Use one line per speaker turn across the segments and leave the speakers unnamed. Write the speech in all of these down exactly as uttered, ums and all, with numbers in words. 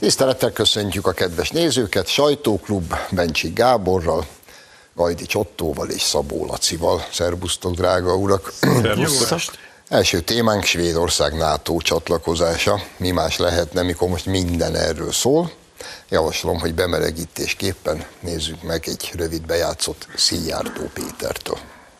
Tisztelettel köszöntjük a kedves nézőket, Sajtóklub Bencsik Gáborral, Gajdics Ottóval és Szabó Lacival. Szerbusztok, drága urak!
Szerbusztok!
Első témánk Svédország NATO csatlakozása. Mi más lehetne, mikor most minden erről szól. Javaslom, hogy bemelegítésképpen nézzük meg egy rövid bejátszott Szijjártó Pétertől.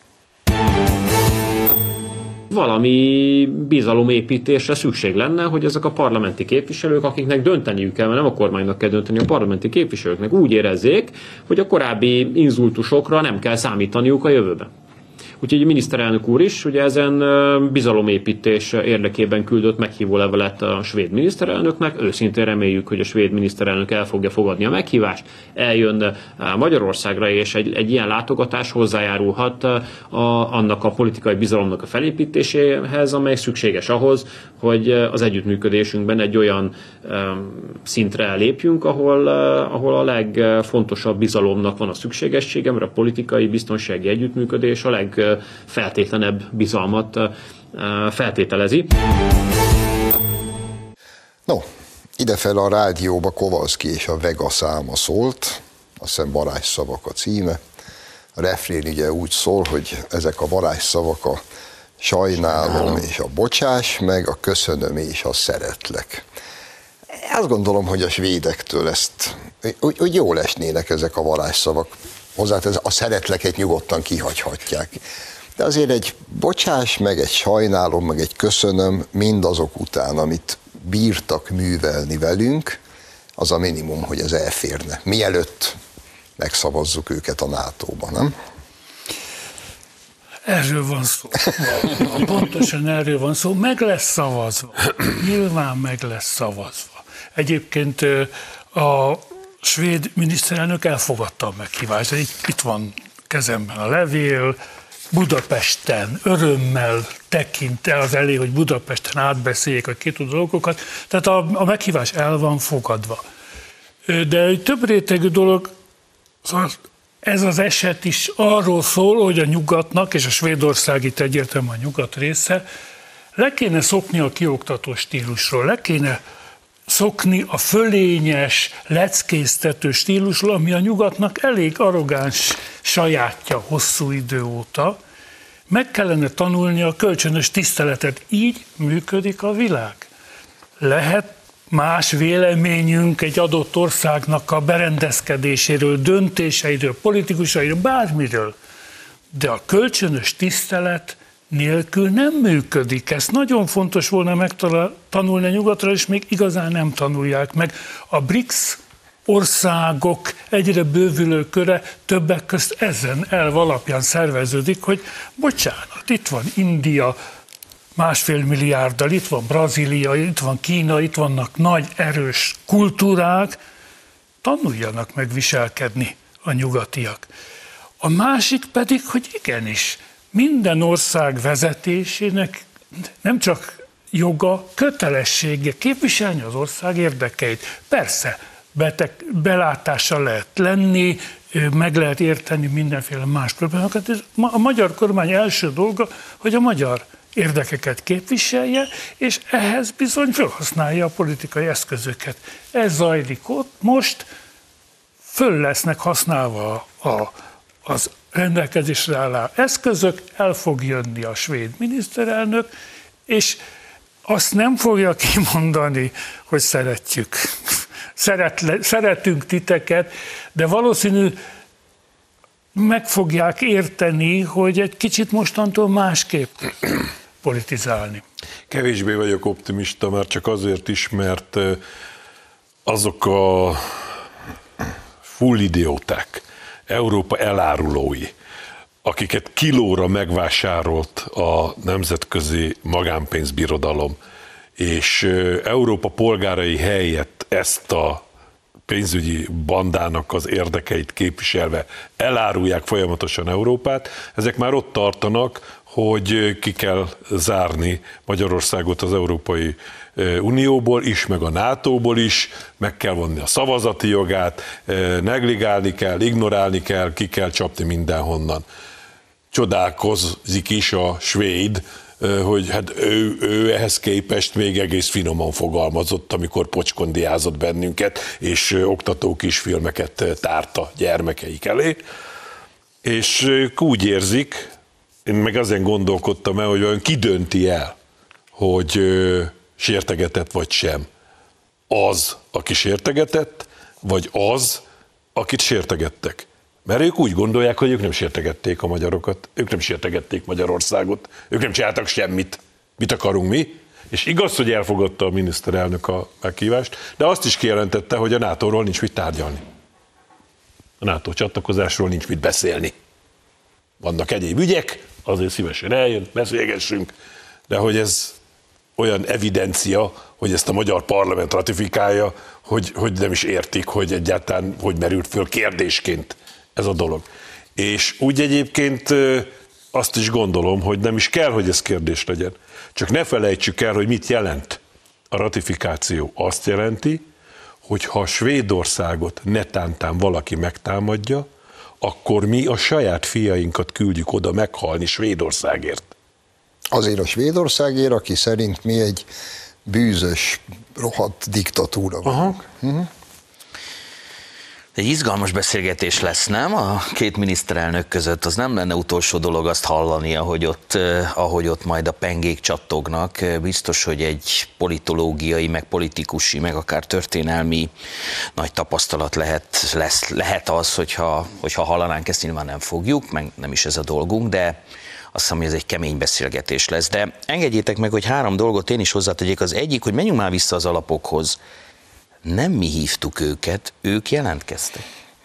Valami bizalomépítésre szükség lenne, hogy ezek a parlamenti képviselők, akiknek dönteniük kell, mert nem a kormánynak kell dönteni, a parlamenti képviselőknek úgy érezzék, hogy a korábbi inzultusokra nem kell számítaniuk a jövőben. Úgyhogy a miniszterelnök úr is ugye ezen bizalomépítés érdekében küldött meghívó levelet a svéd miniszterelnöknek. Őszintén reméljük, hogy a svéd miniszterelnök el fogja fogadni a meghívást, eljön Magyarországra, és egy, egy ilyen látogatás hozzájárulhat a, annak a politikai bizalomnak a felépítéséhez, amely szükséges ahhoz, hogy az együttműködésünkben egy olyan szintre lépjünk, ahol, ahol a legfontosabb bizalomnak van a szükségessége, mert a politikai biztonsági együttműködés a leg feltétlenebb bizalmat feltételezi.
No, idefel a rádióba Kowalski és a Vega száma szólt, azt hiszem varázsszavak a címe. A refrén ugye úgy szól, hogy ezek a varázsszavak a sajnálom és a bocsás, meg a köszönöm és a szeretlek. Azt gondolom, hogy a svédektől ezt, úgy, úgy jól esnének ezek a varázsszavak. Hozzáteszem, a szeretleket nyugodtan kihagyhatják. De azért egy bocsás, meg egy sajnálom, meg egy köszönöm mindazok után, amit bírtak művelni velünk, az a minimum, hogy ez elférne. Mielőtt megszavazzuk őket a nátóba, nem?
Erről van szó. Pontosan erről van szó. Meg lesz szavazva. Nyilván meg lesz szavazva. Egyébként a svéd miniszterelnök elfogadta a meghívást. Itt van kezemben a levél, Budapesten örömmel tekint el az elé, hogy Budapesten átbeszéljék a két dolgokat. Tehát a, a meghívás el van fogadva. De egy több rétegű dolog, szóval ez az eset is arról szól, hogy a nyugatnak, és a Svédország itt egyértelműen a nyugat része, le kéne szokni a kioktató stílusról, le kéne szokni a fölényes, leckéztető stílusról, ami a nyugatnak elég arrogáns sajátja hosszú idő óta. Meg kellene tanulni a kölcsönös tiszteletet. Így működik a világ. Lehet más véleményünk egy adott országnak a berendezkedéséről, döntéseiről, politikusairól, bármiről. De a kölcsönös tisztelet nélkül nem működik. Ezt nagyon fontos volna megtanulni a nyugatra, és még igazán nem tanulják meg. A BRICS országok egyre bővülő köre többek közt ezen elv alapján szerveződik, hogy bocsánat, itt van India másfél milliárddal, itt van Brazília, itt van Kína, itt vannak nagy, erős kultúrák, tanuljanak meg viselkedni a nyugatiak. A másik pedig, hogy igenis, minden ország vezetésének nem csak joga, kötelessége képviselni az ország érdekeit. Persze, beteg, belátással lehet lenni, meg lehet érteni mindenféle más problémákat. A magyar kormány első dolga, hogy a magyar érdekeket képviselje, és ehhez bizony felhasználja a politikai eszközöket. Ez zajlik ott, most föl lesznek használva a, az rendelkezésre álló eszközök, el fog jönni a svéd miniszterelnök, és azt nem fogja kimondani, hogy szeretjük, Szeretle, szeretünk titeket, de valószínű meg fogják érteni, hogy egy kicsit mostantól másképp politizálni.
Kevésbé vagyok optimista, már csak azért is, mert azok a full idióták, Európa elárulói, akiket kilóra megvásárolt a nemzetközi magánpénzbirodalom, és Európa polgárai helyett ezt a pénzügyi bandának az érdekeit képviselve elárulják folyamatosan Európát, ezek már ott tartanak, hogy ki kell zárni Magyarországot az Európai Unióból is, meg a nátóból is, meg kell vonni a szavazati jogát, negligálni kell, ignorálni kell, ki kell csapni mindenhonnan. Csodálkozik is a svéd hogy hát ő, ő ehhez képest még egész finoman fogalmazott, amikor pocskondiázott bennünket, és oktató kisfilmeket tárta gyermekeik elé. És ők úgy érzik, én meg azért gondolkodtam el, hogy olyan ki dönti el, hogy sértegetett vagy sem. Az, aki sértegetett, vagy az, akit sértegettek. Mert ők úgy gondolják, hogy ők nem sértegették a magyarokat, ők nem sértegették Magyarországot, ők nem csináltak semmit. Mit akarunk mi? És igaz, hogy elfogadta a miniszterelnök a meghívást, de azt is kijelentette, hogy a nátóról nincs mit tárgyalni. A NATO csatlakozásról nincs mit beszélni. Vannak egyéb ügyek, azért szívesen eljön, beszélgessünk, de hogy ez olyan evidencia, hogy ezt a magyar parlament ratifikálja, hogy, hogy nem is értik, hogy egyáltalán hogy merült föl kérdésként ez a dolog. És úgy egyébként azt is gondolom, hogy nem is kell, hogy ez kérdés legyen. Csak ne felejtsük el, hogy mit jelent a ratifikáció. Azt jelenti, hogy ha Svédországot netántán valaki megtámadja, akkor mi a saját fiainkat küldjük oda meghalni Svédországért.
Azért a Svédországért, aki szerint mi egy bűzös, rohadt diktatúra vagyunk. Uh-huh.
Egy izgalmas beszélgetés lesz, nem? A két miniszterelnök között az nem lenne utolsó dolog azt hallani, ahogy ott, ahogy ott majd a pengék csattognak. Biztos, hogy egy politológiai, meg politikusi, meg akár történelmi nagy tapasztalat lehet, lesz, lehet az, hogyha, hogyha hallanánk, ezt nyilván nem fogjuk, meg nem is ez a dolgunk, de azt hiszem, hogy ez egy kemény beszélgetés lesz. De engedjétek meg, hogy három dolgot én is hozzátegyek. Az egyik, hogy menjünk már vissza az alapokhoz. Nem mi hívtuk őket, ők jelentkeztek.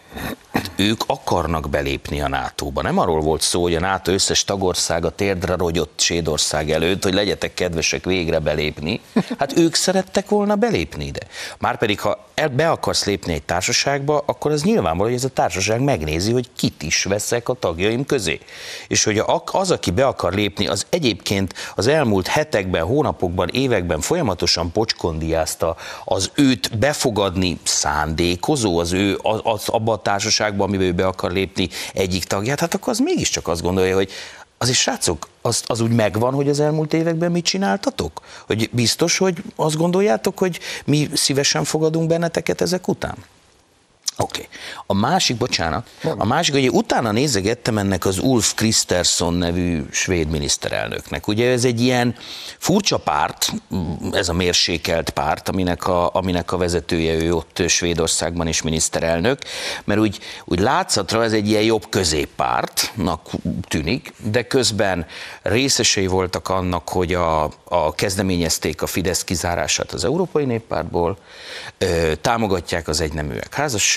Hát ők akarnak belépni a nátóba. Nem arról volt szó, hogy a NATO összes tagországa térdre rogyott Svédország előtt, hogy legyetek kedvesek végre belépni. Hát ők szerettek volna belépni ide. Márpedig, ha be akarsz lépni egy társaságba, akkor az nyilvánvaló, hogy ez a társaság megnézi, hogy kit is veszek a tagjaim közé. És hogy az, aki be akar lépni, az egyébként az elmúlt hetekben, hónapokban, években folyamatosan pocskondiázta az őt befogadni szándékozó, az ő az, az abba a társaságban, amiben ő be akar lépni egyik tagját, hát akkor az mégiscsak azt gondolja, hogy azért srácok, az, az úgy megvan, hogy az elmúlt években mit csináltatok? Hogy biztos, hogy azt gondoljátok, hogy mi szívesen fogadunk benneteket ezek után? Oké. Okay. A másik, bocsánat, a másik, hogy utána nézegettem ennek az Ulf Kristersson nevű svéd miniszterelnöknek. Ugye ez egy ilyen furcsa párt, ez a mérsékelt párt, aminek a, aminek a vezetője ő ott Svédországban is miniszterelnök, mert úgy, úgy látszatra ez egy ilyen jobb középpártnak tűnik, de közben részesei voltak annak, hogy a, a kezdeményezték a Fidesz kizárását az Európai Néppártból, támogatják az egyneműek házasságát,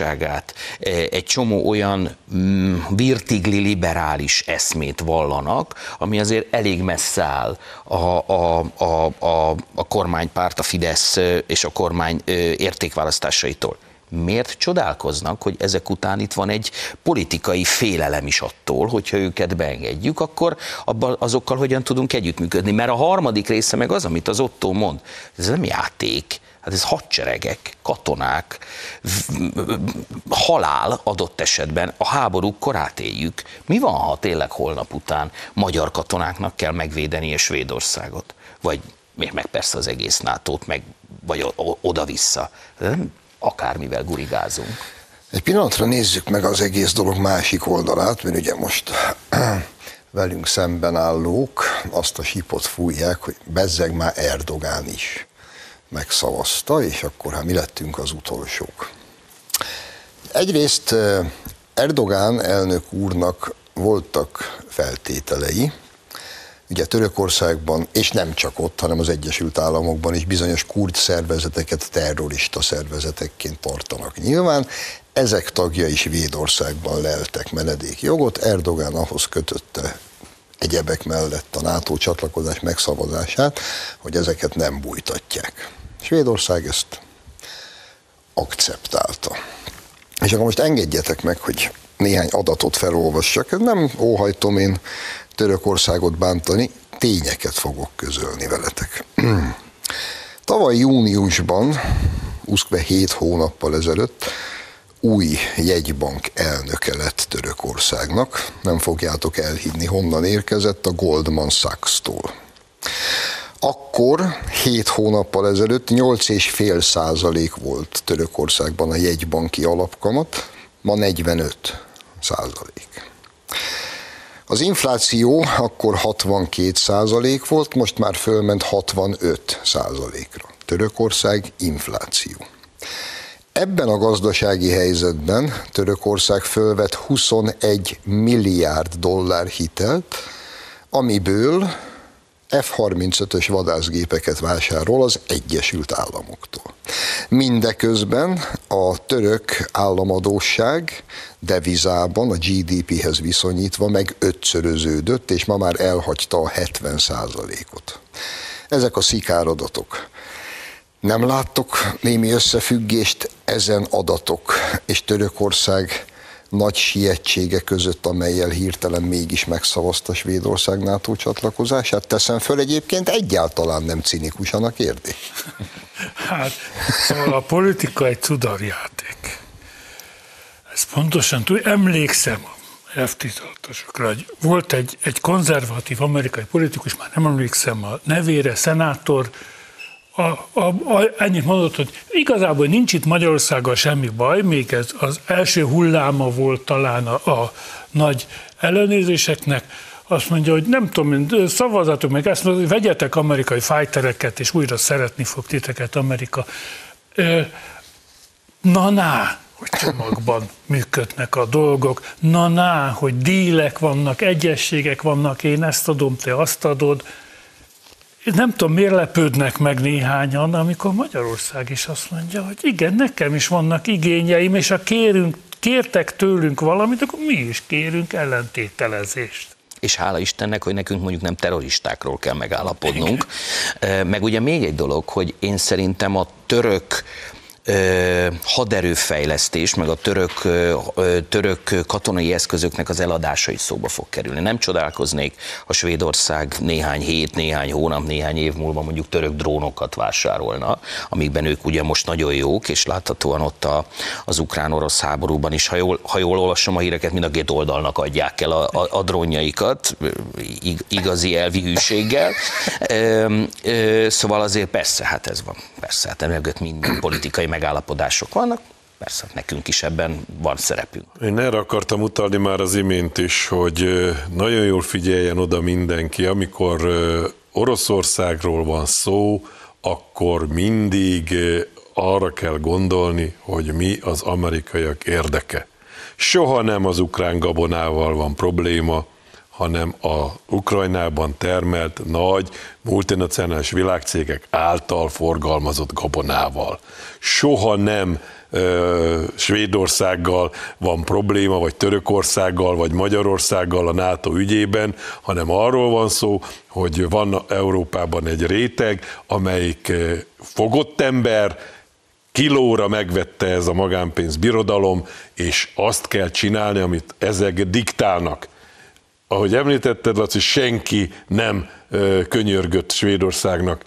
egy csomó olyan mm, virtigli liberális eszmét vallanak, ami azért elég messze áll a, a, a, a, a kormánypárt, a Fidesz és a kormány értékválasztásaitól. Miért csodálkoznak, hogy ezek után itt van egy politikai félelem is attól, hogyha őket beengedjük, akkor abban azokkal hogyan tudunk együttműködni? Mert a harmadik része meg az, amit az Otto mond, ez nem játék. Hát ez hadseregek, katonák, halál adott esetben, a háborúk korát éljük. Mi van, ha tényleg holnap után magyar katonáknak kell megvédeni a Svédországot? Vagy még meg persze az egész nátót, meg, vagy oda-vissza. Nem akármivel gurigázunk.
Egy pillanatra nézzük meg az egész dolog másik oldalát, mert ugye most velünk szemben állók azt a sípot fújják, hogy bezzeg már Erdogán is megszavazta, és akkor hát mi lettünk az utolsók. Egyrészt Erdogán elnök úrnak voltak feltételei, ugye Törökországban, és nem csak ott, hanem az Egyesült Államokban is bizonyos kurd szervezeteket terrorista szervezetekként tartanak nyilván. Ezek tagjai Svédországban leltek menedékjogot, Erdogán ahhoz kötötte egyebek mellett a NATO csatlakozás megszavazását, hogy ezeket nem bújtatják. Svédország ezt akceptálta. És akkor most engedjetek meg, hogy néhány adatot felolvassak. Nem óhajtom én Törökországot bántani, tényeket fogok közölni veletek. Tavaly júniusban, uszkve hét hónappal ezelőtt, új jegybank elnöke lett Törökországnak. Nem fogjátok elhinni, honnan érkezett, a Goldman Sachs-tól. Akkor hét hónappal ezelőtt nyolc egész öt százalék volt Törökországban a jegybanki alapkamat, ma negyvenöt százalék. Az infláció akkor hatvankét százalék volt, most már fölment hatvanöt százalékra. Törökország infláció. Ebben a gazdasági helyzetben Törökország fölvett huszonegy milliárd dollár hitelt, amiből ef harmincötös vadászgépeket vásárol az Egyesült Államoktól. Mindeközben a török államadósság devizában a gé dé péhez viszonyítva meg ötszöröződött, és ma már elhagyta a hetven százalékot. Ezek a szikáradatok. Nem láttok némi összefüggést ezen adatok és Törökország nagy sietsége között, amellyel hirtelen mégis megszavazta Svédország NATO csatlakozását? Teszem föl, egyébként egyáltalán nem cinikusan a kérdés.
Hát, szóval a politika egy cudarjáték. Ez pontosan, emlékszem a elvtizatosokra, hogy volt egy, egy konzervatív amerikai politikus, már nem emlékszem a nevére, szenátor, A, a, a, ennyit mondott, hogy igazából nincs itt Magyarországgal semmi baj, még ez az első hulláma volt talán a, a nagy ellenőrzéseknek. Azt mondja, hogy nem tudom, szavazatok meg ezt, hogy vegyetek amerikai fájtereket, és újra szeretni fog titeket Amerika. Na-ná, hogy csomagban működnek a dolgok, na-ná, hogy dílek vannak, egyességek vannak, én ezt adom, te azt adod. Nem tudom, miért lepődnek meg néhányan, amikor Magyarország is azt mondja, hogy igen, nekem is vannak igényeim, és ha kérünk, kértek tőlünk valamit, akkor mi is kérünk ellentételezést.
És hála Istennek, hogy nekünk mondjuk nem terroristákról kell megállapodnunk. Igen. Meg ugye még egy dolog, hogy én szerintem a török haderőfejlesztés, meg a török, török katonai eszközöknek az eladása is szóba fog kerülni. Nem csodálkoznék, ha Svédország néhány hét, néhány hónap, néhány év múlva mondjuk török drónokat vásárolna, amikben ők ugye most nagyon jók, és láthatóan ott a, az ukrán-orosz háborúban is, ha jól, ha jól olvasom a híreket, mind a két oldalnak adják el a, a, a drónjaikat, igazi elvi hűséggel. Szóval azért persze, hát ez van. Persze, hát emögött minden politikai megállapodások vannak, persze nekünk is ebben van szerepünk.
Én erre akartam utalni már az imént is, hogy nagyon jól figyeljen oda mindenki, amikor Oroszországról van szó, akkor mindig arra kell gondolni, hogy mi az amerikaiak érdeke. Soha nem az ukrán gabonával van probléma, hanem a Ukrajnában termelt nagy multinacionális világcégek által forgalmazott gabonával. Soha nem ö, Svédországgal van probléma, vagy Törökországgal, vagy Magyarországgal a NATO ügyében, hanem arról van szó, hogy van Európában egy réteg, amelyik fogott ember, kilóra megvette ez a magánpénzbirodalom, és azt kell csinálni, amit ezek diktálnak. Ahogy említetted, Laci, senki nem ö, könyörgött Svédországnak.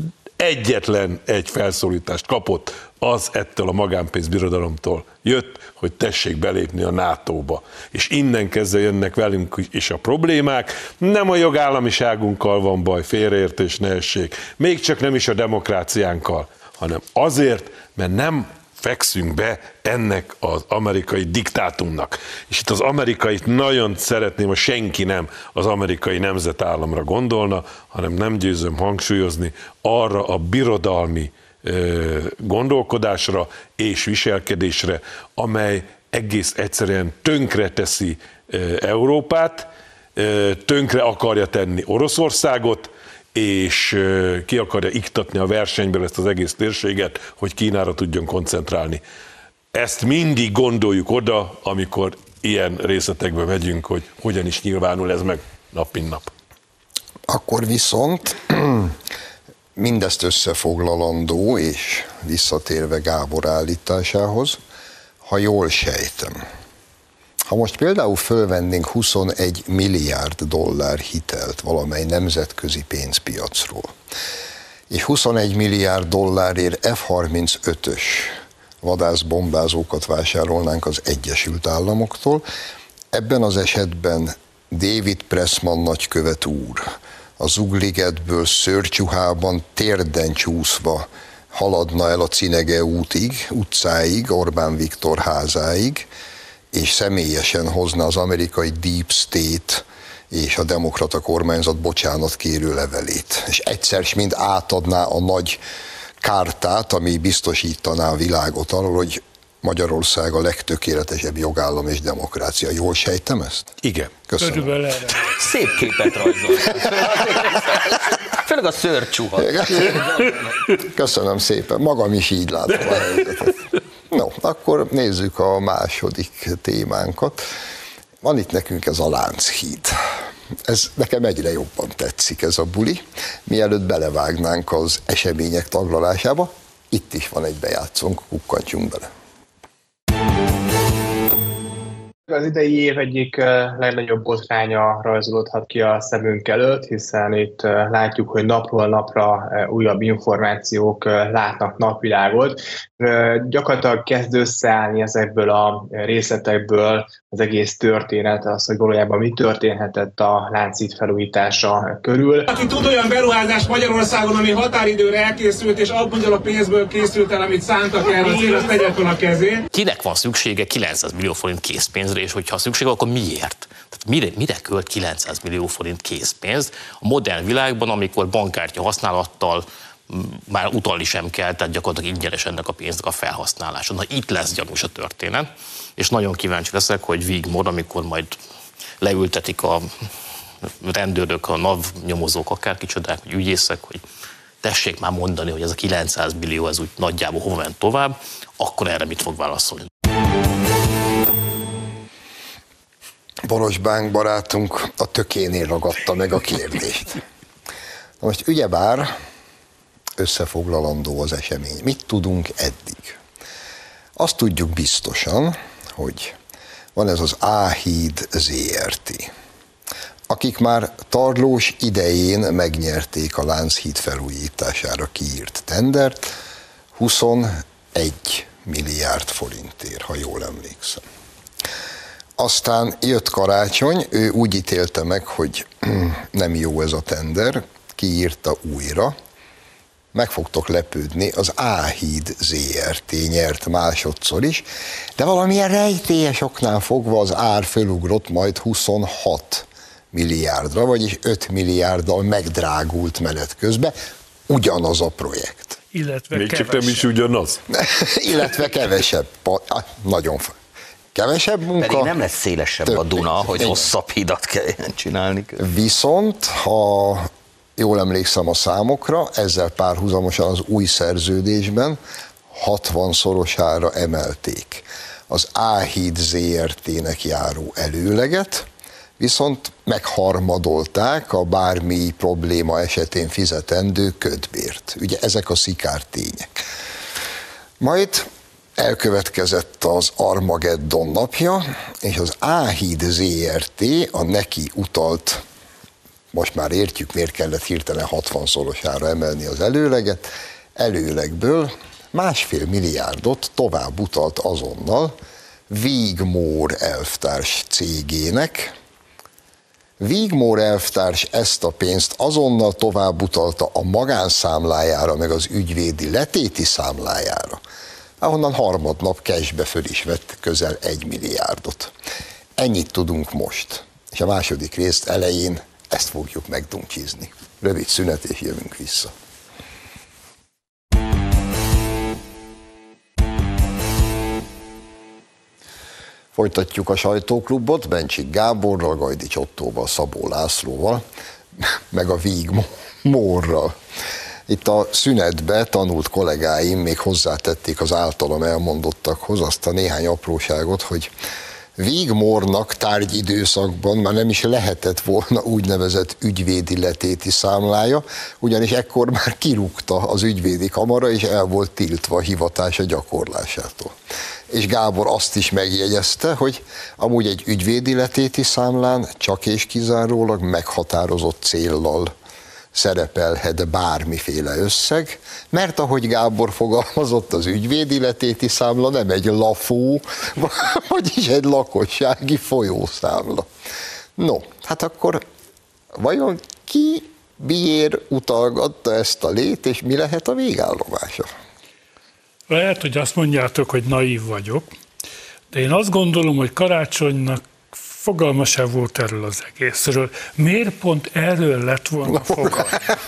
Egyetlen egy felszólítást kapott, az ettől a magánpénzbirodalomtól jött, hogy tessék belépni a nátóba. És innen kezdve jönnek velünk is a problémák. Nem a jogállamiságunkkal van baj, félreértés ne essék, még csak nem is a demokráciánkkal, hanem azért, mert nem fekszünk be ennek az amerikai diktátumnak. És itt az amerikait nagyon szeretném, hogy senki nem az amerikai nemzetállamra gondolna, hanem nem győzöm hangsúlyozni arra a birodalmi ö, gondolkodásra és viselkedésre, amely egész egyszerűen tönkre teszi ö, Európát, ö, tönkre akarja tenni Oroszországot, és ki akarja iktatni a versenyből ezt az egész térséget, hogy Kínára tudjon koncentrálni. Ezt mindig gondoljuk oda, amikor ilyen részletekbe megyünk, hogy hogyan is nyilvánul ez meg nap mint nap.
Akkor viszont mindezt összefoglalandó, és visszatérve Gábor állításához, ha jól sejtem, ha most például fölvennénk huszonegy milliárd dollár hitelt valamely nemzetközi pénzpiacról, és huszonegy milliárd dollárért ef harmincötös vadászbombázókat vásárolnánk az Egyesült Államoktól, ebben az esetben David Pressman nagykövet úr, a Zugligetből szőrcsuhában térden csúszva haladna el a Cinege útig, utcáig, Orbán Viktor házáig, és személyesen hozna az amerikai Deep State és a demokrata kormányzat bocsánatkérő levelét. És egyszer s mind átadná a nagy kártát, ami biztosítaná a világot arról, hogy Magyarország a legtökéletesebb jogállam és demokrácia. Jól sejtem ezt?
Igen.
Köszönöm.
Szép képet rajzol. Főleg a szőrcsuha.
Köszönöm szépen. Magam is így látom a helyzetet. No, akkor nézzük a második témánkat. Van itt nekünk ez a Lánchíd. Ez nekem egyre jobban tetszik ez a buli. Mielőtt belevágnánk az események taglalásába, itt is van egy bejátszónk, kukkantjunk bele.
Az idei év egyik legnagyobb botránya rajzolódhat ki a szemünk előtt, hiszen itt látjuk, hogy napról napra újabb információk látnak napvilágot. Gyakorlatilag kezd összeállni ezekből a részletekből az egész történet, az, hogy valójában mi történhetett a Lánchíd felújítása körül.
Aki tud olyan beruházást Magyarországon, ami határidőre elkészült, és abból a pénzből készült el, amit szántak erre, azért azt tegye fel a kezén.
Kinek van szüksége kilencszáz millió forint készpénzre, és hogyha szükség, akkor miért? Tehát mire, mire költ kilencszáz millió forint készpénzt a modern világban, amikor bankkártya használattal már utalni sem kell, tehát gyakorlatilag ingyenes ennek a pénznek a felhasználása. Na itt lesz gyanús a történet, és nagyon kíváncsi leszek, hogy Vigmor, amikor majd leültetik a rendőrök, a NAV nyomozók, akár kicsodák, vagy ügyészek, hogy tessék már mondani, hogy ez a kilencszáz millió, ez úgy nagyjából hova ment tovább, akkor erre mit fog válaszolni?
Borosbánk barátunk a tökénél ragadta meg a kérdést. Na most ugyebár összefoglalandó az esemény. Mit tudunk eddig? Azt tudjuk biztosan, hogy van ez az A-híd zé er té, akik már Tarlós idején megnyerték a Lánchíd felújítására kiírt tendert huszonegy milliárd forintért, ha jól emlékszem. Aztán jött Karácsony, ő úgy ítélte meg, hogy nem jó ez a tender, kiírta újra. Meg fogtok lepődni, az A-híd zé er té nyert másodszor is, de valamilyen rejtélyes oknál fogva az ár fölugrott majd huszonhat milliárdra, vagyis öt milliárddal megdrágult menet közben, ugyanaz a projekt.
Illetve
Még
kevesebb.
csak nem is ugyanaz.
Illetve kevesebb. Nagyon kevesebb munka.
Pedig nem lesz szélesebb
több,
a Duna, hogy
igen.
hosszabb hidat kelljen csinálni.
Viszont, ha jól emlékszem a számokra, ezzel párhuzamosan az új szerződésben hatvanszorosára emelték az A-híd zé er té-nek járó előleget, viszont megharmadolták a bármi probléma esetén fizetendő kötbért. Ugye ezek a szikár tények. Majd elkövetkezett az Armageddon napja, és az A-híd zé er té a neki utalt, most már értjük, miért kellett hirtelen hatvanszorosára emelni az előleget, előlegből másfél milliárdot tovább utalt azonnal Vigmor elvtárs cégének. Vigmor elvtárs ezt a pénzt azonnal tovább utalta a magánszámlájára, meg az ügyvédi letéti számlájára, ahonnan harmadnap cashbe föl is vett közel egy milliárdot. Ennyit tudunk most, és a második részt elején ezt fogjuk megduncsizni. Rövid szünet, és jövünk vissza. Folytatjuk a sajtóklubot Bencsik Gáborral, Gajdics Ottóval, Szabó Lászlóval, meg a Vigmorral. Itt a szünetbe tanult kollégáim még hozzátették az általam elmondottakhoz azt a néhány apróságot, hogy Vigmornak tárgyidőszakban már nem is lehetett volna úgynevezett ügyvédi letéti számlája, ugyanis ekkor már kirúgta az ügyvédi kamara, és el volt tiltva a hivatása gyakorlásától. És Gábor azt is megjegyezte, hogy amúgy egy ügyvédi letéti számlán csak és kizárólag meghatározott céllal szerepelhet bármiféle összeg, mert ahogy Gábor fogalmazott, az ügyvédi letéti számla nem egy lafó, vagyis egy lakossági folyószámla. No, hát akkor vajon ki miért utalgatta ezt a lét, és mi lehet a végállomása?
Lehet, hogy azt mondjátok, hogy naív vagyok, de én azt gondolom, hogy Karácsonynak fogalma sem volt erről az egészről. Miért pont erről lett volna fogalma?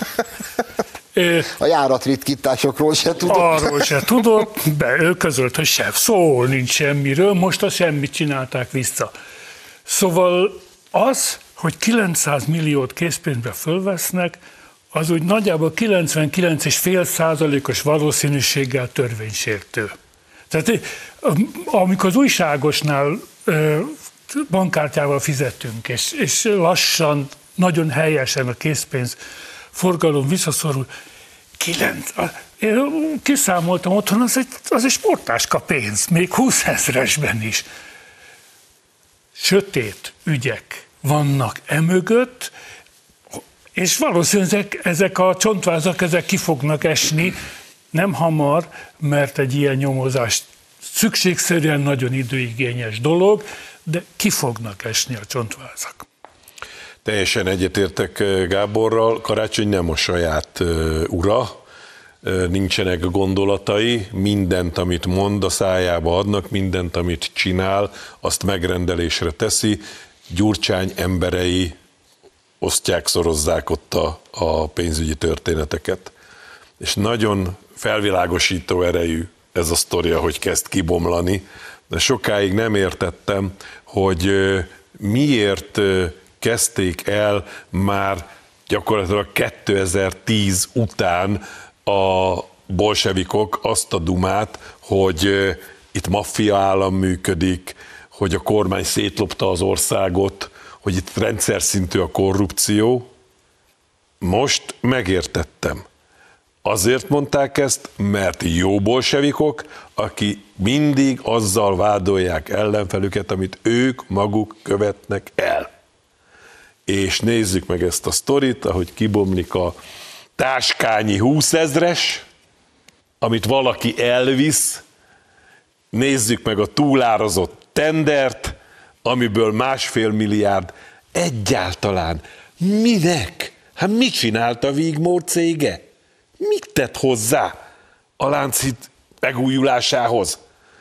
A járatritkításokról se tudott.
Arról se tudott, be ő közölt, hogy sem szól, nincs semmiről, most a semmit csinálták vissza. Szóval az, hogy kilencszáz milliót készpénzbe fölvesznek, az úgy nagyjából kilencvenkilenc egész öt százalékos valószínűséggel törvénysértő. Tehát amikor az újságosnál bankkártyával fizetünk, és, és lassan, nagyon helyesen a készpénz forgalom visszaszorul, kilenc, én kiszámoltam otthon, az egy, az egy sportáska pénz, még húszezresben is. Sötét ügyek vannak emögött, és valószínűleg ezek, ezek a csontvázak ezek ki fognak esni, nem hamar, mert egy ilyen nyomozás szükségszerűen nagyon időigényes dolog, de ki fognak esni a csontvázak.
Teljesen egyetértek Gáborral, Karácsony nem a saját ura, nincsenek gondolatai, mindent, amit mond, a szájába adnak, mindent, amit csinál, azt megrendelésre teszi. Gyurcsány emberei osztják, szorozzák ott a, a pénzügyi történeteket. És nagyon felvilágosító erejű ez a sztoria, hogy kezd kibomlani, de sokáig nem értettem, hogy miért kezdték el már gyakorlatilag kétezer-tíz után a bolsevikok azt a dumát, hogy itt maffia állam működik, hogy a kormány szétlopta az országot, hogy itt rendszer szintű a korrupció. Most megértettem. Azért mondták ezt, mert jó bolsevikok, aki mindig azzal vádolják ellenfelüket, amit ők maguk követnek el. És nézzük meg ezt a sztorit, ahogy kibomlik a táskányi húszezres, amit valaki elvisz, nézzük meg a túlárazott tendert, amiből másfél milliárd egyáltalán minek? Hát mit csinált a Wigmore cége? Mit tett hozzá a Lánchíd megújulásához?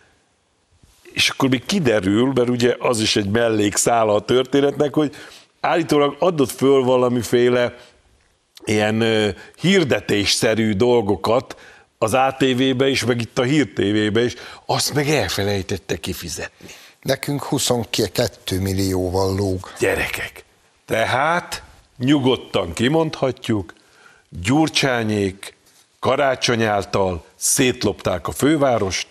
És akkor még kiderül, mert ugye az is egy mellékszála a történetnek, hogy állítólag adott föl valamiféle ilyen uh, hirdetésszerű dolgokat az á té vé-be is, meg itt a Hír té vé-be is, azt meg elfelejtette kifizetni.
Nekünk huszonkettő millióval lóg.
Gyerekek, tehát nyugodtan kimondhatjuk, Gyurcsányék Karácsony által szétlopták a fővárost,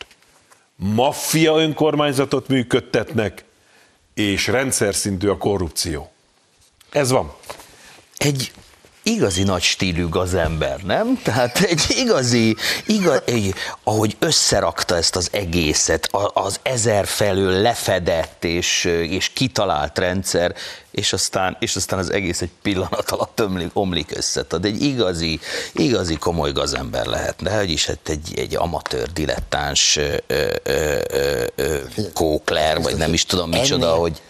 maffia önkormányzatot működtetnek, és rendszer szintű a korrupció. Ez van.
Egy igazi nagy stílű gazember, nem? Tehát egy igazi, igaz, egy, ahogy összerakta ezt az egészet, az ezer felől lefedett és, és kitalált rendszer, és aztán, és aztán az egész egy pillanat alatt ömlik, omlik össze. Tehát egy igazi, igazi komoly gazember lehet, de hogy is hát egy, egy amatőr, dilettáns ö, ö, ö, ö, kókler, vagy nem is tudom micsoda,
ennél,
hogy...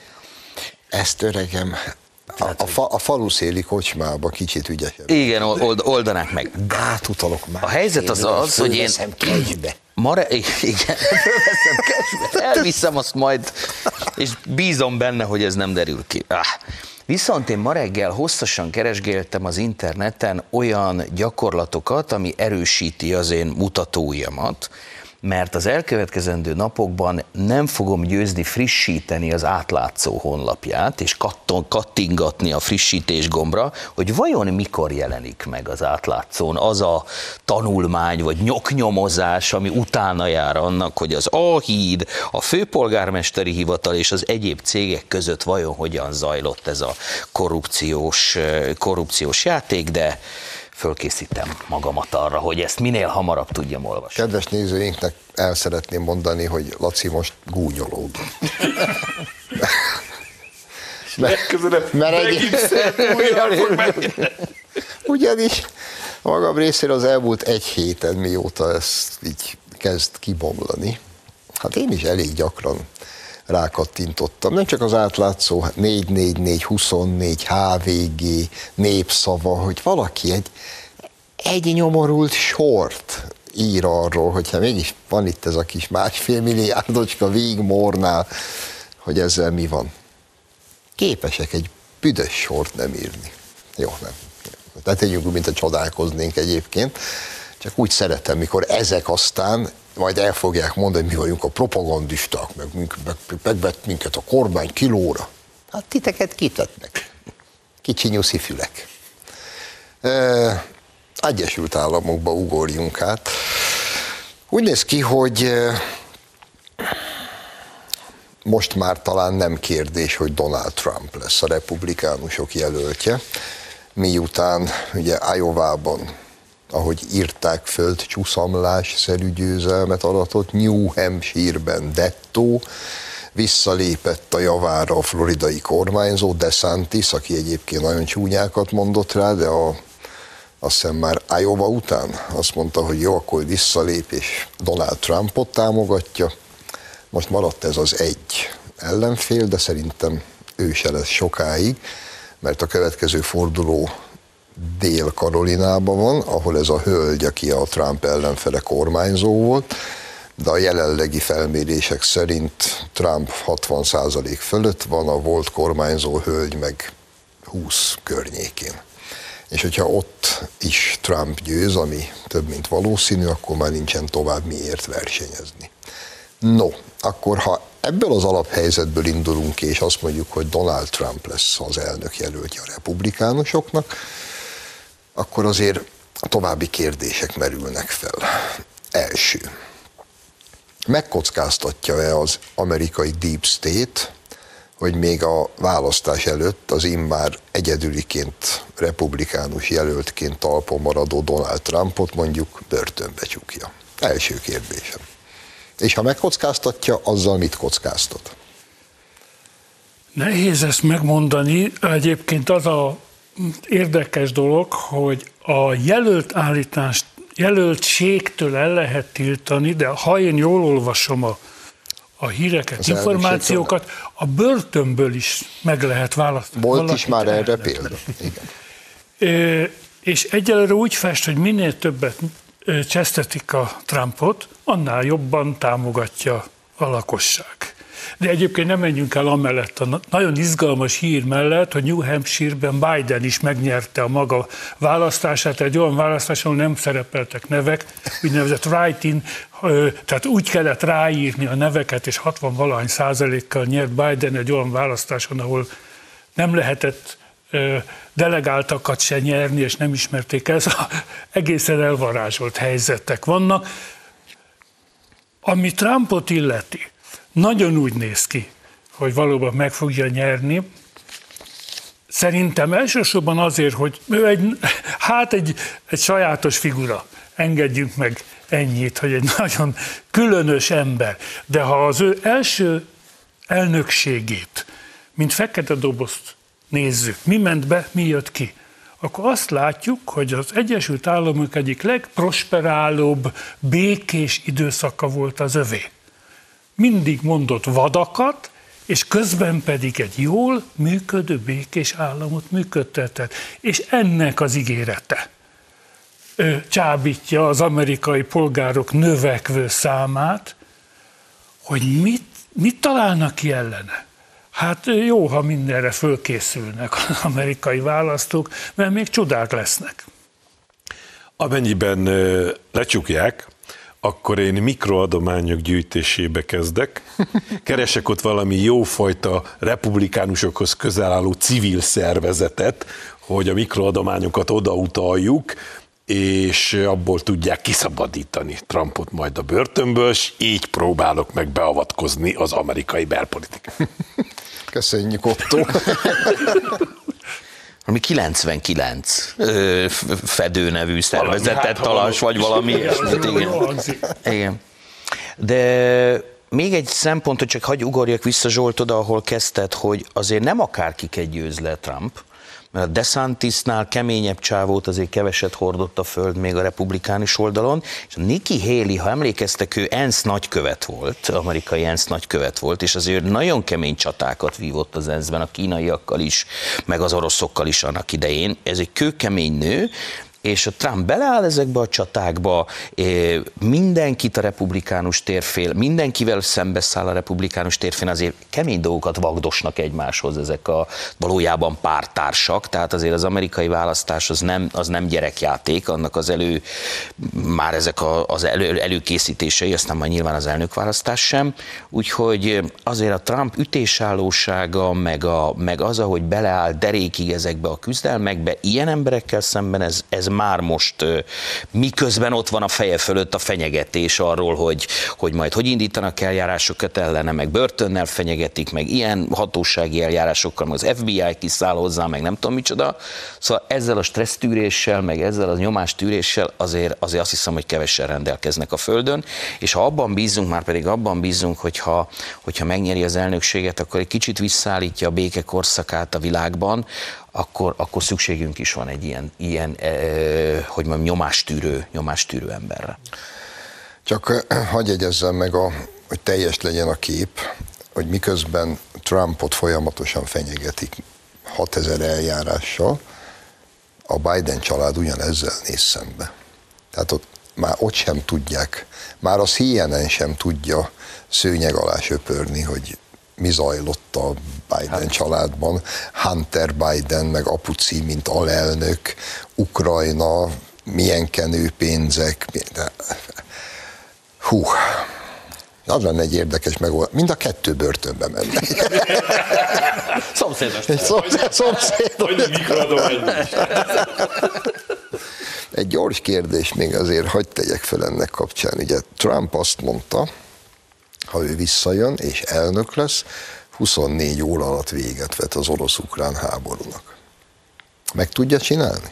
Ezt öregem... A, a, fa, a faluszéli kocsmába kicsit ügyesebb.
Igen, old, oldanák meg.
Átutalok már.
A helyzet az az, hogy én...
Kegybe.
Ma re... Igen, fölveszem kegybe. Elviszem azt majd, és bízom benne, hogy ez nem derül ki. Ah. Viszont én ma reggel hosszasan keresgéltem az interneten olyan gyakorlatokat, ami erősíti az én mutatóimat, mert az elkövetkezendő napokban nem fogom győzni frissíteni az átlátszó honlapját, és katton, kattingatni a frissítés gombra, hogy vajon mikor jelenik meg az átlátszón az a tanulmány, vagy nyoknyomozás, ami utána jár annak, hogy az A-híd, a főpolgármesteri hivatal és az egyéb cégek között vajon hogyan zajlott ez a korrupciós, korrupciós játék, de fölkészítem magamat arra, hogy ezt minél hamarabb tudjam olvasni.
Kedves nézőinknek el szeretném mondani, hogy Laci most gúnyolód.
Legközelebb megint
Ugyanis magam részéről az elmúlt egy héten, mióta ez így kezd kibomlani, hát én is elég gyakran rákattintottam. Nem csak az átlátszó négy négy négy huszonnégy há vé gé népszava, hogy valaki egy, egy nyomorult sort ír arról, hogyha mégis van itt ez a kis másfél milliárdocska Wigmore-nál, hogy ezzel mi van. Képesek egy büdös sort nem írni. Jó, nem. Tehát tegyünk úgy, mint a csodálkoznénk egyébként. Csak úgy szeretem, mikor ezek aztán majd el fogják mondani, hogy mi vagyunk a propagandisták, meg, meg, meg megvett minket a kormány kilóra. Hát titeket kitetnek. Kicsi nyuszi fülek. E, Egyesült Államokba ugorjunk át. Úgy néz ki, hogy most már talán nem kérdés, hogy Donald Trump lesz a republikánusok jelöltje, miután ugye Iowában, ahogy írták, földcsúszamlásszerű győzelmet aratott, New Hampshire-ben dettó, visszalépett a javára a floridai kormányzó, DeSantis, aki egyébként nagyon csúnyákat mondott rá, de a, azt hiszem már Iowa után azt mondta, hogy jó, akkor visszalép és Donald Trumpot támogatja. Most maradt ez az egy ellenfél, de szerintem ő se lesz sokáig, mert a következő forduló Dél-Karolinában van, ahol ez a hölgy, aki a Trump ellenfele kormányzó volt, de a jelenlegi felmérések szerint Trump hatvan százalék fölött van, a volt kormányzó hölgy meg húsz környékén. És hogyha ott is Trump győz, ami több mint valószínű, akkor már nincsen tovább miért versenyezni. No, akkor ha ebből az alaphelyzetből indulunk ki, és azt mondjuk, hogy Donald Trump lesz az elnök jelöltje a republikánusoknak, akkor azért további kérdések merülnek fel. Első. Megkockáztatja-e az amerikai Deep State, hogy még a választás előtt az immár egyedüliként republikánus jelöltként talpon maradó Donald Trumpot mondjuk börtönbe csukja? Első kérdésem. És ha megkockáztatja, azzal mit kockáztat?
Nehéz ezt megmondani. Egyébként az a érdekes dolog, hogy a jelölt állítást, jelöltségtől el lehet tiltani, de ha én jól olvasom a, a híreket, az információkat, a börtönből is meg lehet választani.
Volt is már erre példa. Igen.
É, és egyelőre úgy fest, hogy minél többet csesztetik a Trumpot, annál jobban támogatja a lakosság. De egyébként nem menjünk el amellett a nagyon izgalmas hír mellett, hogy New Hampshire-ben Biden is megnyerte a maga választását, egy olyan választáson nem szerepeltek nevek, úgynevezett write-in, tehát úgy kellett ráírni a neveket, és hatvan-valahány százalékkal nyert Biden egy olyan választáson, ahol nem lehetett delegáltakat se nyerni, és nem ismerték el, szóval egészen elvarázsolt helyzetek vannak. Ami Trumpot illeti, nagyon úgy néz ki, hogy valóban meg fogja nyerni. Szerintem elsősorban azért, hogy ő egy, hát egy, egy sajátos figura, engedjünk meg ennyit, hogy egy nagyon különös ember. De ha az ő első elnökségét, mint fekete dobozt nézzük, mi ment be, mi jött ki, akkor azt látjuk, hogy az Egyesült Államok egyik legprosperálóbb, békés időszaka volt az övé. Mindig mondott vadakat, és közben pedig egy jól működő, békés államot működtetett. És ennek az ígérete csábítja az amerikai polgárok növekvő számát, hogy mit, mit találnak ki ellene. Hát jó, ha mindenre fölkészülnek az amerikai választók, mert még csodák lesznek.
Amennyiben lecsukják, akkor én mikroadományok gyűjtésébe kezdek. Keresek ott valami jófajta republikánusokhoz közel álló civil szervezetet, hogy a mikroadományokat odautaljuk, és abból tudják kiszabadítani Trumpot majd a börtönből, és így próbálok meg beavatkozni az amerikai belpolitikát.
Köszönjük, Otto!
Ami kilencvenkilenc ö, fedő nevű szervezetet találsz, vagy valami ilyesmit. Igen. Igen. De még egy szempont, hogy csak hagyj ugorjak vissza, Zsolt, oda, ahol kezdted, hogy azért nem akárkiket győz le Trump, mert a DeSantisnál keményebb csávót azért keveset hordott a föld még a republikánus oldalon, és a Nikki Haley, ha emlékeztek, ő ENSZ nagykövet volt, amerikai ENSZ nagykövet volt, és azért nagyon kemény csatákat vívott az ENSZ-ben a kínaiakkal is, meg az oroszokkal is annak idején. Ez egy kőkemény nő, és a Trump beleáll ezekbe a csatákba, mindenkit a republikánus térfél, mindenkivel szembeszáll a republikánus térfén, azért kemény dolgokat vagdosnak egymáshoz ezek a valójában pártársak, tehát azért az amerikai választás az nem, az nem gyerekjáték, annak az elő, már ezek a, az elő, előkészítései, aztán majd nyilván az elnökválasztás sem, úgyhogy azért a Trump ütésállósága, meg, a, meg az, ahogy beleáll derékig ezekbe a küzdelmekbe, ilyen emberekkel szemben ez, ez már most, miközben ott van a feje fölött a fenyegetés arról, hogy, hogy majd hogy indítanak eljárásokat ellene, meg börtönnel fenyegetik, meg ilyen hatósági eljárásokkal, meg az ef bé i kiszáll hozzá, meg nem tudom micsoda. Szóval ezzel a stressztűréssel, meg ezzel a nyomástűréssel azért, azért azt hiszem, hogy kevesen rendelkeznek a földön, és ha abban bízunk, már pedig abban bízunk, hogyha, hogyha megnyeri az elnökséget, akkor egy kicsit visszaállítja a béke korszakát a világban, Akkor, akkor szükségünk is van egy ilyen, ilyen eh, hogy mondjam, nyomástűrő, nyomástűrő emberre.
Csak hagyj jegyezzem meg, a, hogy teljes legyen a kép, hogy miközben Trumpot folyamatosan fenyegetik hatezer eljárással, a Biden család ugyanezzel néz szembe. Tehát ott, már ott sem tudják, már a C N N sem tudja szőnyeg alá söpörni, hogy mi zajlott a Biden hát. családban. Hunter Biden, meg apuci, mint alelnök, Ukrajna, milyen kenőpénzek. De... Hú, az lenne egy érdekes megoldás. Mind a kettő börtönbe menne.
Szomszédos.
Egy szomszéd. szomszéd. Egy gyors kérdés még azért, hadd tegyek fel ennek kapcsán. Ugye Trump azt mondta, ha ő visszajön és elnök lesz, huszonnégy óra alatt véget vet az orosz-ukrán háborúnak. Meg tudja csinálni?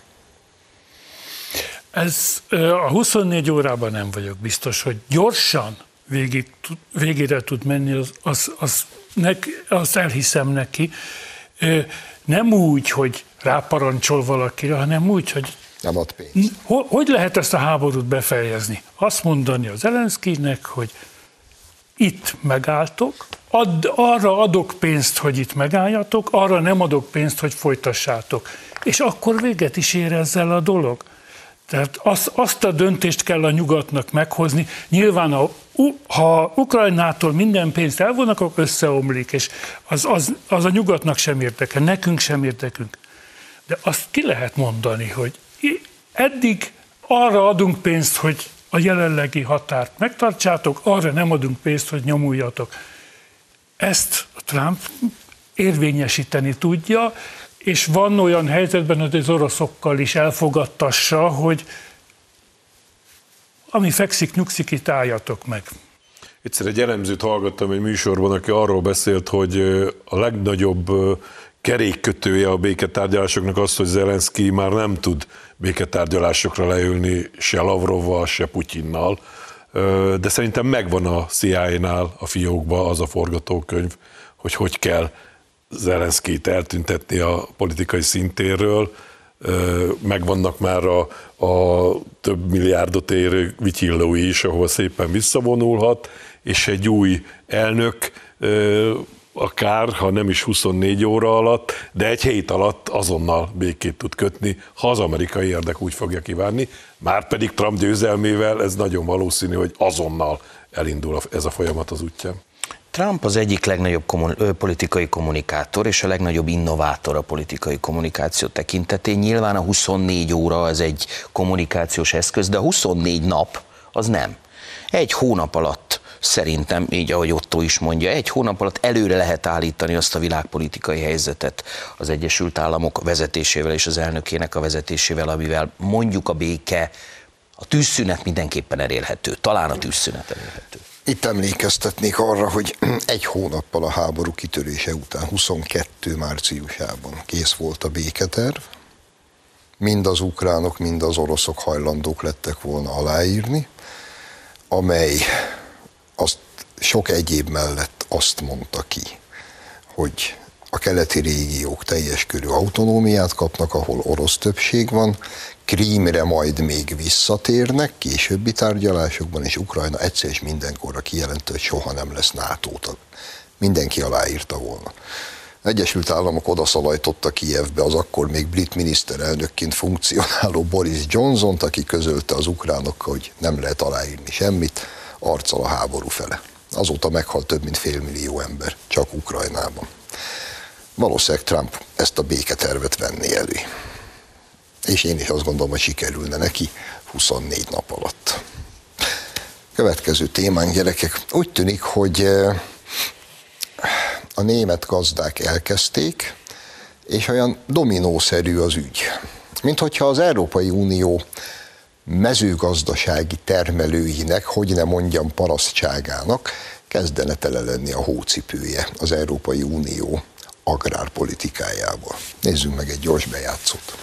Ez a huszonnégy órában nem vagyok biztos, hogy gyorsan végig, végére tud menni, az, az, az neki, azt elhiszem neki. Nem úgy, hogy ráparancsol valakire, hanem úgy, hogy
nem ad pénzt.
Hogy lehet ezt a háborút befejezni? Azt mondani az Zelenszkijnek, hogy itt megálltok, ad, arra adok pénzt, hogy itt megálljatok, arra nem adok pénzt, hogy folytassátok. És akkor véget is ér ezzel a dolog. Tehát azt, azt a döntést kell a nyugatnak meghozni. Nyilván, ha, ha Ukrajnától minden pénzt elvonnak, akkor összeomlik, és az, az, az a nyugatnak sem érdeke, nekünk sem érdekünk. De azt ki lehet mondani, hogy eddig arra adunk pénzt, hogy a jelenlegi határt megtartsátok, arra nem adunk pénzt, hogy nyomuljatok. Ezt Trump érvényesíteni tudja, és van olyan helyzetben, hogy az oroszokkal is elfogadtassa, hogy ami fekszik, nyugszik, itt álljatok meg.
Egyszer egy elemzőt hallgattam egy műsorban, aki arról beszélt, hogy a legnagyobb kerékkötője a béketárgyalásoknak az, hogy Zelenszkij már nem tud béketárgyalásokra leülni se Lavrovval, se Putyinnal, de szerintem megvan a C I A-nál a fiókban az a forgatókönyv, hogy hogy kell Zelenszkijt eltüntetni a politikai szintéről, megvannak már a, a több milliárdot érő vityillói is, ahol szépen visszavonulhat, és egy új elnök akár, ha nem is huszonnégy óra alatt, de egy hét alatt azonnal békét tud kötni, ha az amerikai érdek úgy fogja kívánni. Márpedig Trump győzelmével ez nagyon valószínű, hogy azonnal elindul ez a folyamat az útján.
Trump az egyik legnagyobb kommun- politikai kommunikátor, és a legnagyobb innovátor a politikai kommunikáció tekintetén. Nyilván a huszonnégy óra az egy kommunikációs eszköz, de a huszonnégy nap az nem. Egy hónap alatt szerintem, így ahogy Otto is mondja, egy hónap alatt előre lehet állítani azt a világpolitikai helyzetet az Egyesült Államok vezetésével és az elnökének a vezetésével, amivel mondjuk a béke, a tűzszünet mindenképpen elérhető, talán a tűzszünet elérhető.
Itt emlékeztetnék arra, hogy egy hónappal a háború kitörése után, huszonkettő márciusában kész volt a béketerv, mind az ukránok, mind az oroszok hajlandók lettek volna aláírni, amely azt sok egyéb mellett azt mondta ki, hogy a keleti régiók teljes körű autonómiát kapnak, ahol orosz többség van, Krímre majd még visszatérnek későbbi tárgyalásokban, és Ukrajna egyszer és mindenkorra kijelentette, hogy soha nem lesz NATO tag. Mindenki aláírta volna. Egyesült Államok odaszalajtotta Kijevbe az akkor még brit miniszterelnökként funkcionáló Boris Johnsont, aki közölte az ukránokkal, hogy nem lehet aláírni semmit, arccal a háború fele. Azóta meghalt több mint félmillió ember, csak Ukrajnában. Valószínűleg Trump ezt a béketervet venné elő. És én is azt gondolom, hogy sikerülne neki huszonnégy nap alatt. Következő témánk, gyerekek. Úgy tűnik, hogy a német gazdák elkezdték, és olyan dominószerű az ügy. Mint hogyha az Európai Unió mezőgazdasági termelőinek, hogy ne mondjam parasztságának, kezdene tele lenni a hócipője az Európai Unió agrárpolitikájából. Nézzünk meg egy gyors bejátszót.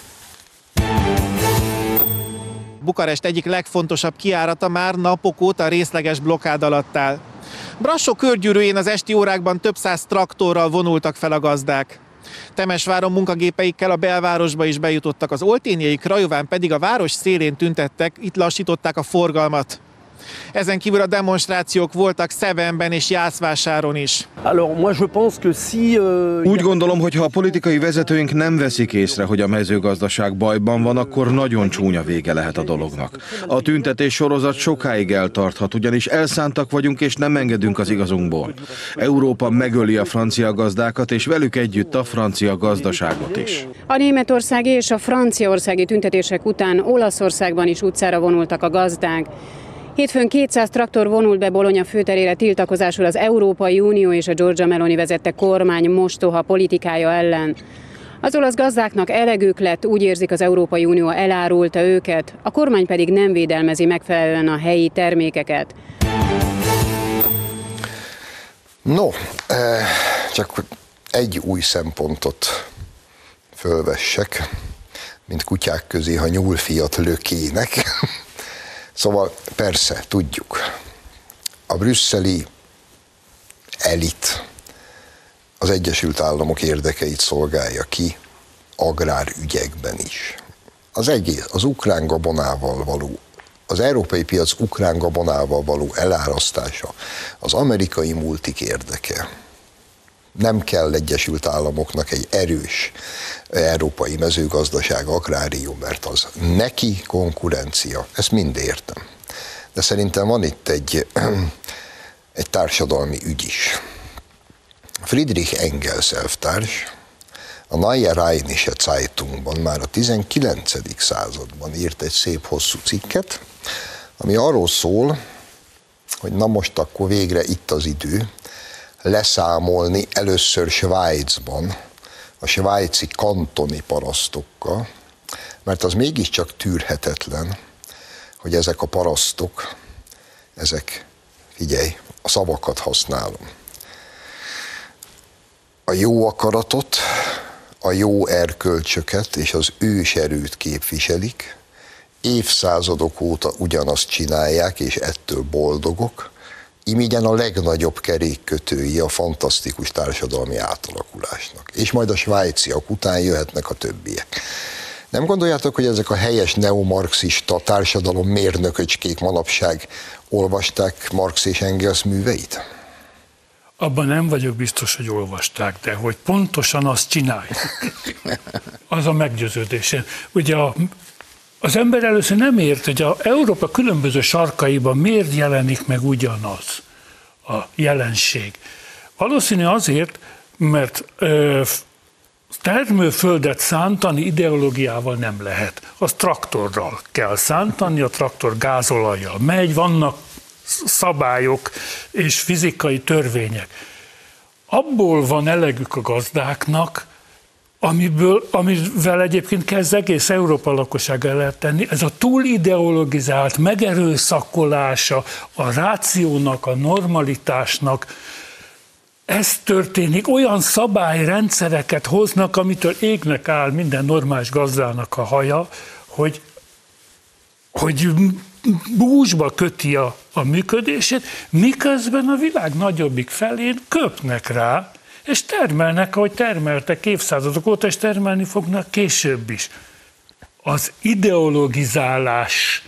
Bukarest egyik legfontosabb kijárata már napok óta részleges blokkád alatt áll. Brassó körgyűrűjén az esti órákban több száz traktorral vonultak fel a gazdák. Temesváron munkagépeikkel a belvárosba is bejutottak, az olténiai Krajován pedig a város szélén tüntettek, itt lassították a forgalmat. Ezen kívül a demonstrációk voltak Szevenben és Jászvásáron is.
Úgy gondolom, hogy ha a politikai vezetőink nem veszik észre, hogy a mezőgazdaság bajban van, akkor nagyon csúnya vége lehet a dolognak. A tüntetés sorozat sokáig eltarthat, ugyanis elszántak vagyunk és nem engedünk az igazunkból. Európa megöli a francia gazdákat, és velük együtt a francia gazdaságot is.
A németországi és a franciaországi tüntetések után Olaszországban is utcára vonultak a gazdák. Hétfőn kétszáz traktor vonult be Bologna főterére tiltakozásul az Európai Unió és a Giorgia Meloni vezette kormány mostoha politikája ellen. Az olasz gazdáknak elegük lett, úgy érzik, az Európai Unió elárulta őket, a kormány pedig nem védelmezi megfelelően a helyi termékeket.
No, csak egy új szempontot fölvessek, mint kutyák közé, ha nyúlfiat lökének. Szóval persze, tudjuk, a brüsszeli elit az Egyesült Államok érdekeit szolgálja ki agrárügyekben is. Az egész, az ukrán gabonával való, az európai piac ukrán gabonával való elárasztása az amerikai multik érdeke. Nem kell Egyesült Államoknak egy erős európai mezőgazdaság, agrárium, mert az neki konkurencia. Ezt mind értem. De szerintem van itt egy, egy társadalmi ügy is. Friedrich Engels elvtárs a Neue Rheinische Zeitungban már a tizenkilencedik században írt egy szép hosszú cikket, ami arról szól, hogy na most akkor végre itt az idő leszámolni először Svájcban a svájci kantoni parasztokkal, mert az mégiscsak tűrhetetlen, hogy ezek a parasztok, ezek, figyelj, a szavakat használom, a jó akaratot, a jó erkölcsöket és az őserőt képviselik, évszázadok óta ugyanazt csinálják, és ettől boldogok, imigyen a legnagyobb kerékkötői a fantasztikus társadalmi átalakulásnak. És majd a svájciak után jöhetnek a többiek. Nem gondoljátok, hogy ezek a helyes neomarxista társadalom mérnököcskék manapság olvasták Marx és Engels műveit?
Abban nem vagyok biztos, hogy olvasták, de hogy pontosan azt csinálják. Az a meggyőződésem. Ugye a, az ember először nem ért, hogy a Európa különböző sarkaiban miért jelenik meg ugyanaz a jelenség. Valószínű azért, mert ö, termőföldet szántani ideológiával nem lehet. Az traktorral kell szántani, a traktor gázolajjal megy, vannak szabályok és fizikai törvények. Abból van elegük a gazdáknak, amiből, amivel egyébként kezd egész Európa lakossága lehet tenni. Ez a túlideologizált megerőszakolása a rációnak, a normalitásnak, ez történik, olyan szabályrendszereket hoznak, amitől égnek áll minden normális gazdának a haja, hogy, hogy búzsba köti a, a működését, miközben a világ nagyobbik felén köpnek rá, És termelnek, ahogy termeltek évszázadok óta, és termelni fognak később is. Az ideologizálás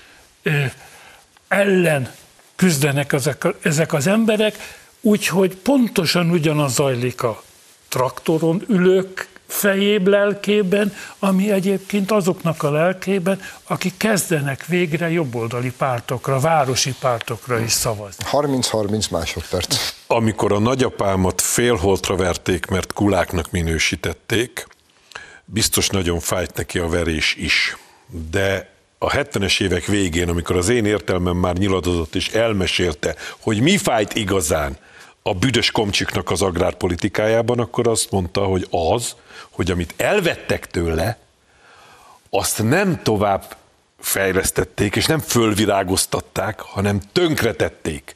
ellen küzdenek ezek, ezek az emberek, úgyhogy pontosan ugyanaz zajlik a traktoron ülők fejébb, lelkében, ami egyébként azoknak a lelkében, akik kezdenek végre jobboldali pártokra, városi pártokra is szavazni.
harminc-harminc másodperc.
Amikor a nagyapámat félholtra verték, mert kuláknak minősítették, biztos nagyon fájt neki a verés is. De a hetvenes évek végén, amikor az én értelmem már nyilatkozott és elmesélte, hogy mi fájt igazán a büdös komcsiknak az agrárpolitikájában, akkor azt mondta, hogy az, hogy amit elvettek tőle, azt nem tovább fejlesztették, és nem fölvirágoztatták, hanem tönkretették.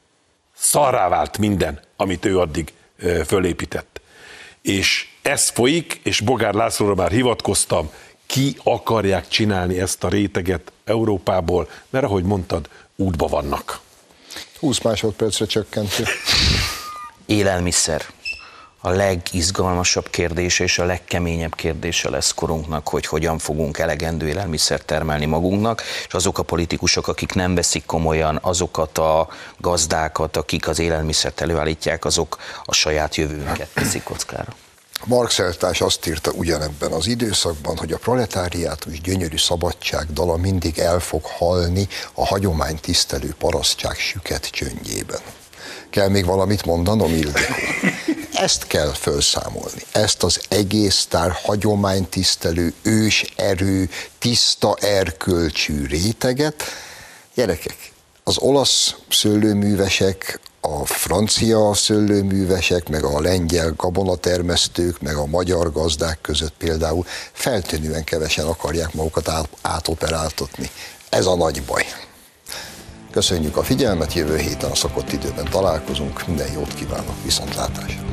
Szarrá vált minden, amit ő addig fölépített. És ez folyik, és Bogár Lászlóra már hivatkoztam, ki akarják csinálni ezt a réteget Európából, mert ahogy mondtad, útba vannak.
húsz másodpercre csökkentő.
Élelmiszer. A legizgalmasabb kérdése és a legkeményebb kérdése lesz korunknak, hogy hogyan fogunk elegendő élelmiszert termelni magunknak, és azok a politikusok, akik nem veszik komolyan azokat a gazdákat, akik az élelmiszert előállítják, azok a saját jövőnket teszik kockára.
Marx elvtárs azt írta ugyanebben az időszakban, hogy a proletáriátus gyönyörű szabadságdala mindig el fog halni a hagyománytisztelő parasztság süket csöndjében. Kell még valamit mondanom, Ildikó? Ezt kell felszámolni. Ezt az egész tár hagyománytisztelő, ős erő, tiszta erkölcsű réteget. Gyerekek, az olasz szőlőművesek, a francia szőlőművesek, meg a lengyel gabonatermesztők, meg a magyar gazdák között például feltűnően kevesen akarják magukat átoperáltatni. Ez a nagy baj. Köszönjük a figyelmet, jövő héten a szokott időben találkozunk, minden jót kívánok, viszontlátásra!